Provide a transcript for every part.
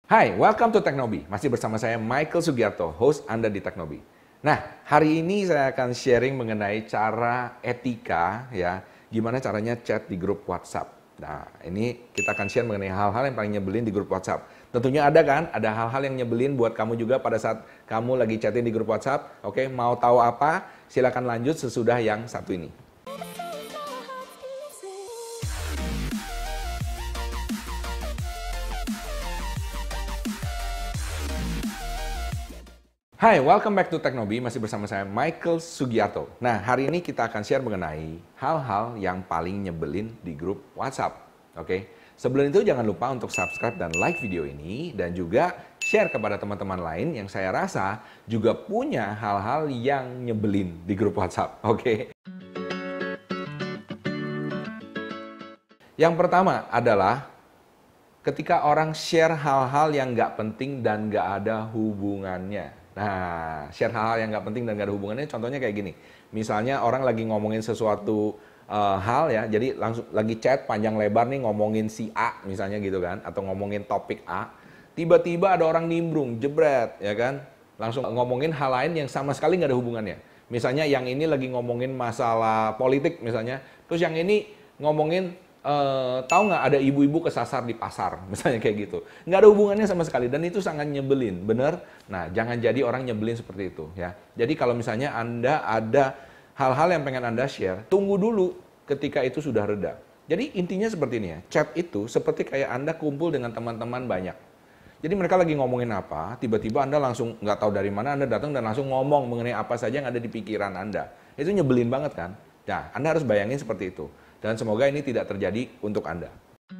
Hai, welcome to Teknobi. Masih bersama saya Michael Sugiarto, host Anda di Teknobi. Nah, hari ini saya akan sharing mengenai cara etika ya, gimana caranya chat di grup WhatsApp. Nah, ini kita akan share mengenai hal-hal yang paling nyebelin di grup WhatsApp. Tentunya ada kan? Ada hal-hal yang nyebelin buat kamu juga pada saat kamu lagi chatting di grup WhatsApp. Oke, mau tahu apa? Silakan lanjut sesudah yang satu ini. Hai, welcome back to Teknobi. Masih bersama saya Michael Sugiarto. Nah, hari ini kita akan share mengenai hal-hal yang paling nyebelin di grup WhatsApp. Oke, sebelum itu jangan lupa untuk subscribe dan like video ini dan juga share kepada teman-teman lain yang saya rasa juga punya hal-hal yang nyebelin di grup WhatsApp. Oke. Yang pertama adalah ketika orang share hal-hal yang nggak penting dan nggak ada hubungannya. Nah, share hal-hal yang nggak penting dan nggak ada hubungannya, contohnya kayak gini. Misalnya orang lagi ngomongin sesuatu hal ya, jadi langsung lagi chat panjang lebar nih ngomongin si A misalnya gitu kan, atau ngomongin topik A. Tiba-tiba ada orang nimbrung, jebret, ya kan? Langsung ngomongin hal lain yang sama sekali nggak ada hubungannya. Misalnya yang ini lagi ngomongin masalah politik misalnya, terus yang ini ngomongin tahu nggak ada ibu-ibu kesasar di pasar, misalnya kayak gitu. Nggak ada hubungannya sama sekali dan itu sangat nyebelin, bener? Nah, jangan jadi orang nyebelin seperti itu ya. Jadi kalau misalnya Anda ada hal-hal yang pengen Anda share, tunggu dulu ketika itu sudah reda. Jadi intinya seperti ini ya, chat itu seperti kayak Anda kumpul dengan teman-teman banyak. Jadi mereka lagi ngomongin apa, tiba-tiba Anda langsung nggak tahu dari mana Anda datang dan langsung ngomong mengenai apa saja yang ada di pikiran Anda. Itu nyebelin banget kan? Nah, Anda harus bayangin seperti itu. Dan semoga ini tidak terjadi untuk Anda.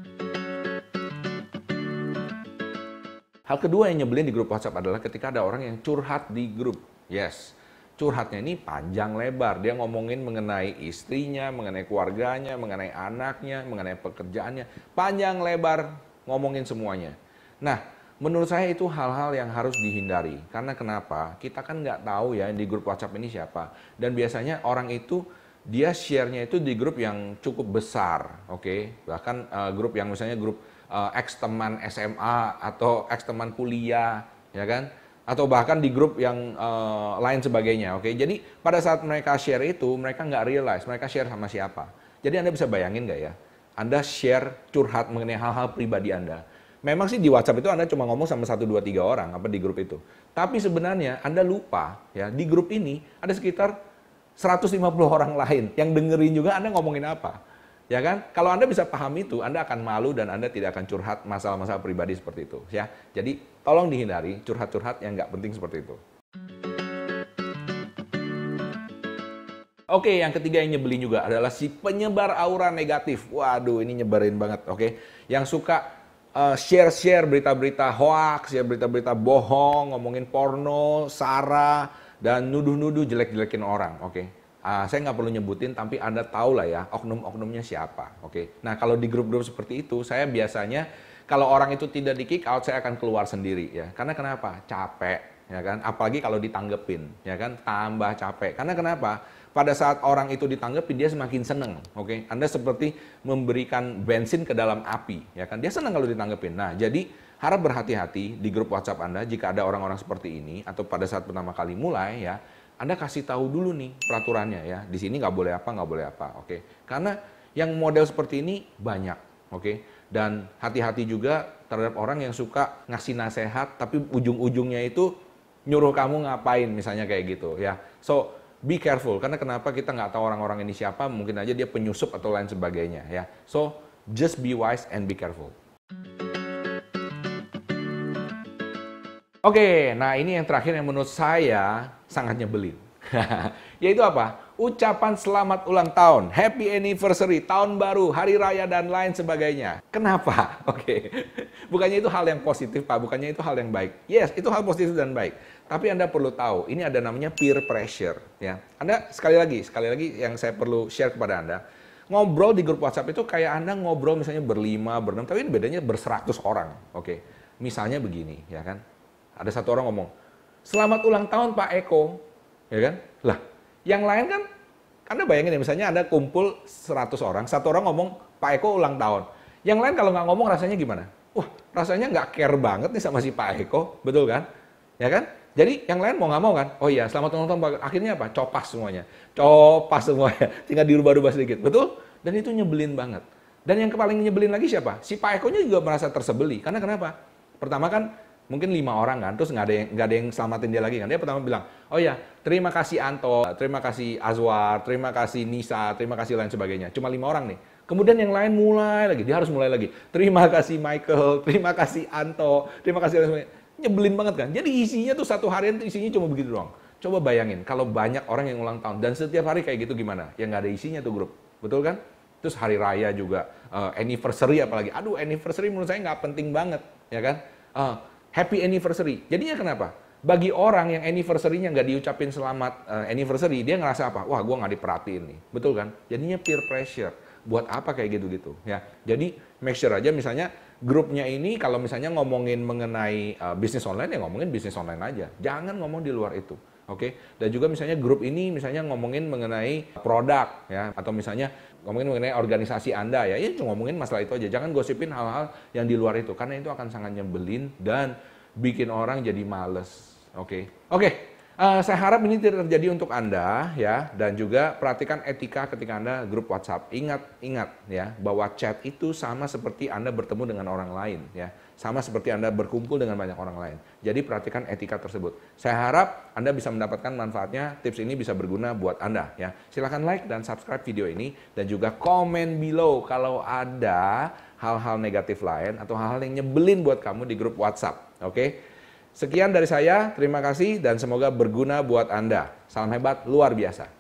Hal kedua yang nyebelin di grup WhatsApp adalah ketika ada orang yang curhat di grup. Yes, curhatnya ini panjang lebar. Dia ngomongin mengenai istrinya, mengenai keluarganya, mengenai anaknya, mengenai pekerjaannya. Panjang lebar ngomongin semuanya. Nah, menurut saya itu hal-hal yang harus dihindari. Karena kenapa? Kita kan nggak tahu ya di grup WhatsApp ini siapa. Dan biasanya orang itu dia share-nya itu di grup yang cukup besar, oke? Bahkan grup yang misalnya grup ex teman SMA atau ex teman kuliah, ya kan? Atau bahkan di grup yang lain sebagainya, oke? Jadi pada saat mereka share itu, mereka nggak realize mereka share sama siapa. Jadi Anda bisa bayangin nggak ya? Anda share curhat mengenai hal-hal pribadi Anda. Memang sih di WhatsApp itu Anda cuma ngomong sama 1, 2, 3 orang apa di grup itu. Tapi sebenarnya Anda lupa ya, di grup ini ada sekitar 150 orang lain yang dengerin juga Anda ngomongin apa. Ya kan? Kalau Anda bisa paham itu, Anda akan malu dan Anda tidak akan curhat masalah-masalah pribadi seperti itu. Ya. Jadi tolong dihindari curhat-curhat yang nggak penting seperti itu. Oke, yang ketiga yang nyebelin juga adalah si penyebar aura negatif. Waduh, ini nyebarin banget. Oke, yang suka share-share berita-berita hoax, ya berita-berita bohong, ngomongin porno, sara, dan nuduh-nuduh jelek-jelekin orang, oke? Saya nggak perlu nyebutin, tapi Anda tahu lah ya oknum-oknumnya siapa, oke? Nah, kalau di grup-grup seperti itu, saya biasanya kalau orang itu tidak di kick out, saya akan keluar sendiri ya. Karena kenapa? Capek, ya kan? Apalagi kalau ditanggepin, ya kan? Tambah capek. Karena kenapa? Pada saat orang itu ditanggepin, dia semakin seneng, oke? Anda seperti memberikan bensin ke dalam api, ya kan? Dia senang kalau ditanggepin. Nah, jadi harap berhati-hati di grup WhatsApp Anda jika ada orang-orang seperti ini atau pada saat pertama kali mulai ya, Anda kasih tahu dulu nih peraturannya ya. Di sini nggak boleh apa, nggak boleh apa, oke? Karena yang model seperti ini banyak, oke? Dan hati-hati juga terhadap orang yang suka ngasih nasihat tapi ujung-ujungnya itu nyuruh kamu ngapain misalnya kayak gitu ya. So, be careful karena kenapa kita nggak tahu orang-orang ini siapa, mungkin aja dia penyusup atau lain sebagainya ya. So, just be wise and be careful. Oke, nah ini yang terakhir yang menurut saya sangat nyebelin. Yaitu apa? Ucapan selamat ulang tahun, happy anniversary, tahun baru, hari raya, dan lain sebagainya. Kenapa? Oke, bukannya itu hal yang positif, Pak. Bukannya itu hal yang baik. Yes, itu hal positif dan baik. Tapi Anda perlu tahu, ini ada namanya peer pressure. Ya, Anda sekali lagi yang saya perlu share kepada Anda, ngobrol di grup WhatsApp itu kayak Anda ngobrol misalnya berlima, berenam, tapi ini bedanya berseratus orang. Oke, misalnya begini, ya kan? Ada satu orang ngomong, selamat ulang tahun Pak Eko, ya kan? Lah, yang lain kan, Anda bayangin ya, misalnya Anda kumpul 100 orang, satu orang ngomong, Pak Eko ulang tahun. Yang lain kalau nggak ngomong rasanya gimana? wah rasanya nggak care banget nih sama si Pak Eko, betul kan? Ya kan? Jadi yang lain mau nggak mau kan? Oh iya, selamat ulang tahun Pak. Akhirnya apa? Copas semuanya. Copas semuanya. Tinggal dirubah-rubah sedikit. Betul? Dan itu nyebelin banget. Dan yang paling nyebelin lagi siapa? Si Pak Eko-nya juga merasa tersebeli. Karena kenapa? Pertama kan mungkin 5 orang kan, terus nggak ada yang selamatin dia lagi kan. Dia pertama bilang, oh ya terima kasih Anto, terima kasih Azwar, terima kasih Nisa, terima kasih lain sebagainya. Cuma 5 orang nih. Kemudian yang lain mulai lagi, dia harus mulai lagi. Terima kasih Michael, terima kasih Anto, terima kasih lain sebagainya. Nyebelin banget kan. Jadi isinya tuh satu harian tuh isinya cuma begitu doang. Coba bayangin kalau banyak orang yang ulang tahun dan setiap hari kayak gitu gimana? Ya nggak ada isinya tuh grup, betul kan? Terus hari raya juga, anniversary apalagi. Aduh anniversary menurut saya nggak penting banget, ya kan? Happy anniversary. Jadinya kenapa? Bagi orang yang anniversary-nya nggak diucapin selamat anniversary, dia ngerasa apa? Wah, gue nggak diperhatiin nih. Betul kan? Jadinya peer pressure. Buat apa kayak gitu-gitu? Ya. Jadi, make sure aja misalnya grupnya ini kalau misalnya ngomongin mengenai bisnis online, ya ngomongin bisnis online aja. Jangan ngomong di luar itu. Oke, dan juga misalnya grup ini misalnya ngomongin mengenai produk ya, atau misalnya ngomongin mengenai organisasi Anda ya, cuma ngomongin masalah itu aja. Jangan gosipin hal-hal yang di luar itu karena itu akan sangat nyebelin dan bikin orang jadi males. Oke. Saya harap ini tidak terjadi untuk Anda ya, dan juga perhatikan etika ketika Anda grup WhatsApp. Ingat ya bahwa chat itu sama seperti Anda bertemu dengan orang lain ya, sama seperti Anda berkumpul dengan banyak orang lain. Jadi perhatikan etika tersebut. Saya harap Anda bisa mendapatkan manfaatnya. Tips ini bisa berguna buat Anda ya. Silahkan like dan subscribe video ini dan juga komen below kalau ada hal-hal negatif lain atau hal-hal yang nyebelin buat kamu di grup WhatsApp. Oke. Sekian dari saya, terima kasih dan semoga berguna buat Anda. Salam hebat, luar biasa.